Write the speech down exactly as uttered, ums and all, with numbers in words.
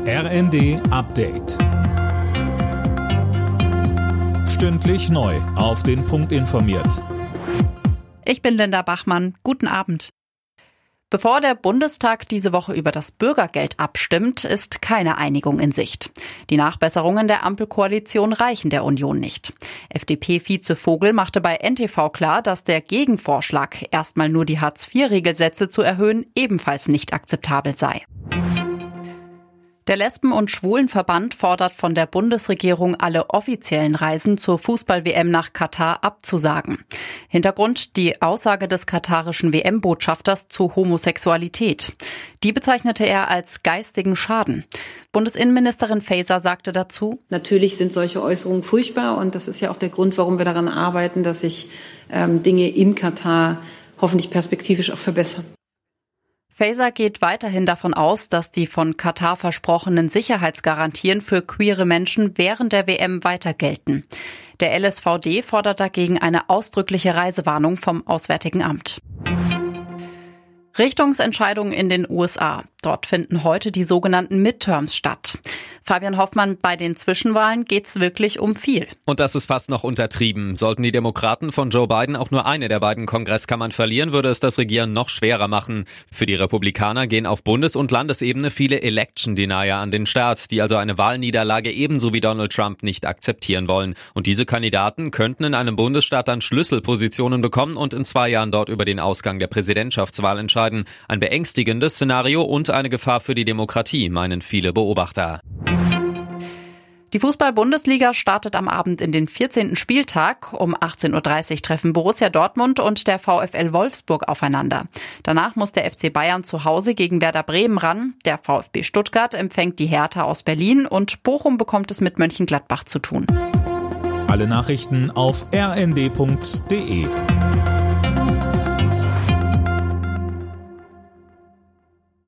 R N D Update. Stündlich neu auf den Punkt informiert. Ich bin Linda Bachmann. Guten Abend. Bevor der Bundestag diese Woche über das Bürgergeld abstimmt, ist keine Einigung in Sicht. Die Nachbesserungen der Ampelkoalition reichen der Union nicht. F D P-Vize Vogel machte bei N T V klar, dass der Gegenvorschlag, erstmal nur die Hartz vier Regelsätze zu erhöhen, ebenfalls nicht akzeptabel sei. Der Lesben- und Schwulenverband fordert von der Bundesregierung, alle offiziellen Reisen zur Fußball-W M nach Katar abzusagen. Hintergrund die Aussage des katarischen W M-Botschafters zu Homosexualität. Die bezeichnete er als geistigen Schaden. Bundesinnenministerin Faeser sagte dazu: Natürlich sind solche Äußerungen furchtbar und das ist ja auch der Grund, warum wir daran arbeiten, dass sich ähm, Dinge in Katar hoffentlich perspektivisch auch verbessern. Faeser geht weiterhin davon aus, dass die von Katar versprochenen Sicherheitsgarantien für queere Menschen während der W M weiter gelten. Der L S V D fordert dagegen eine ausdrückliche Reisewarnung vom Auswärtigen Amt. Richtungsentscheidungen in den U S A. Dort finden heute die sogenannten Midterms statt. Fabian Hoffmann, bei den Zwischenwahlen geht's wirklich um viel. Und das ist fast noch untertrieben. Sollten die Demokraten von Joe Biden auch nur eine der beiden Kongresskammern verlieren, würde es das Regieren noch schwerer machen. Für die Republikaner gehen auf Bundes- und Landesebene viele Election-Denier an den Start, die also eine Wahlniederlage ebenso wie Donald Trump nicht akzeptieren wollen. Und diese Kandidaten könnten in einem Bundesstaat dann Schlüsselpositionen bekommen und in zwei Jahren dort über den Ausgang der Präsidentschaftswahl entscheiden. Ein beängstigendes Szenario und eine Gefahr für die Demokratie, meinen viele Beobachter. Die Fußball-Bundesliga startet am Abend in den vierzehnten Spieltag. Um achtzehn Uhr dreißig treffen Borussia Dortmund und der VfL Wolfsburg aufeinander. Danach muss der F C Bayern zu Hause gegen Werder Bremen ran. Der VfB Stuttgart empfängt die Hertha aus Berlin und Bochum bekommt es mit Mönchengladbach zu tun. Alle Nachrichten auf r n d punkt d e.